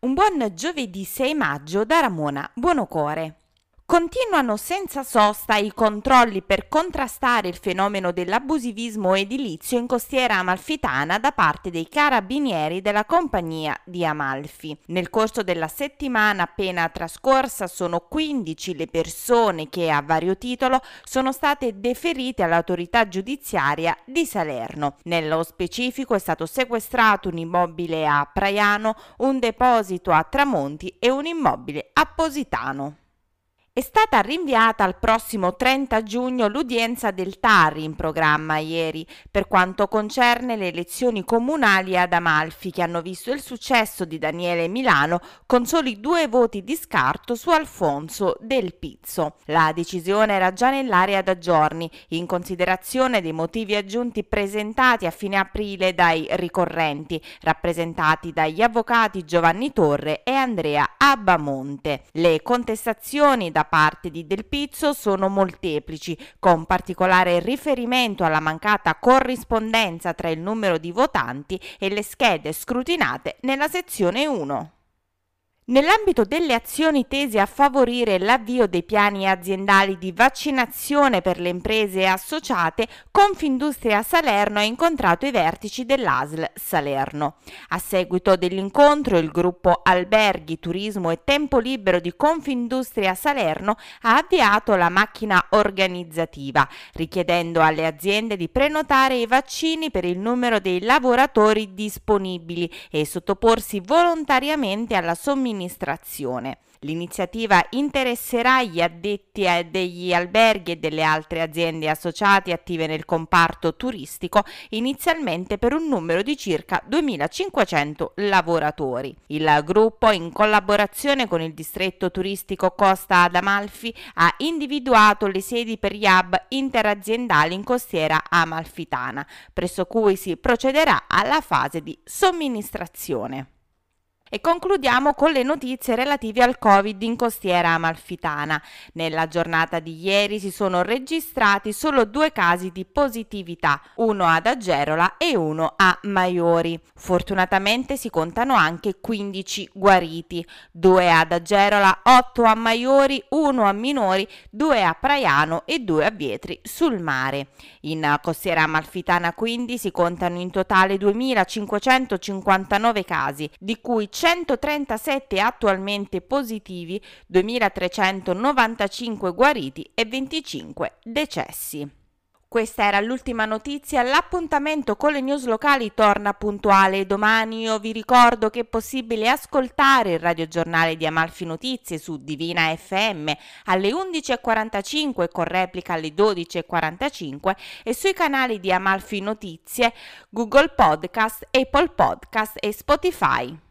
Un buon giovedì 6 maggio da Ramona Buonocore. Continuano senza sosta i controlli per contrastare il fenomeno dell'abusivismo edilizio in costiera amalfitana da parte dei carabinieri della compagnia di Amalfi. Nel corso della settimana appena trascorsa sono 15 le persone che a vario titolo sono state deferite all'autorità giudiziaria di Salerno. Nello specifico è stato sequestrato un immobile a Praiano, un deposito a Tramonti e un immobile a Positano. È stata rinviata al prossimo 30 giugno l'udienza del TAR in programma ieri per quanto concerne le elezioni comunali ad Amalfi che hanno visto il successo di Daniele Milano con soli 2 voti di scarto su Alfonso Del Pizzo. La decisione era già nell'aria da giorni in considerazione dei motivi aggiunti presentati a fine aprile dai ricorrenti, rappresentati dagli avvocati Giovanni Torre e Andrea Abbamonte. Le contestazioni da parte di Del Pizzo sono molteplici, con particolare riferimento alla mancata corrispondenza tra il numero di votanti e le schede scrutinate nella sezione 1. Nell'ambito delle azioni tese a favorire l'avvio dei piani aziendali di vaccinazione per le imprese associate, Confindustria Salerno ha incontrato i vertici dell'ASL Salerno. A seguito dell'incontro, il gruppo Alberghi, Turismo e Tempo Libero di Confindustria Salerno ha avviato la macchina organizzativa, richiedendo alle aziende di prenotare i vaccini per il numero dei lavoratori disponibili e sottoporsi volontariamente alla somministrazione. L'iniziativa interesserà gli addetti degli alberghi e delle altre aziende associate attive nel comparto turistico, inizialmente per un numero di circa 2.500 lavoratori. Il gruppo, in collaborazione con il distretto turistico Costa ad Amalfi, ha individuato le sedi per gli hub interaziendali in costiera amalfitana, presso cui si procederà alla fase di somministrazione. E concludiamo con le notizie relative al Covid in costiera amalfitana. Nella giornata di ieri si sono registrati solo 2 casi di positività, uno ad Agerola e uno a Maiori. Fortunatamente si contano anche 15 guariti, 2 ad Agerola, 8 a Maiori, 1 a Minori, 2 a Praiano e 2 a Vietri sul mare. In costiera amalfitana quindi si contano in totale 2.559 casi, di cui 137 attualmente positivi, 2.395 guariti e 25 decessi. Questa era l'ultima notizia, l'appuntamento con le news locali torna puntuale domani. Io vi ricordo che è possibile ascoltare il radiogiornale di Amalfi Notizie su Divina FM alle 11.45 con replica alle 12.45 e sui canali di Amalfi Notizie, Google Podcast, Apple Podcast e Spotify.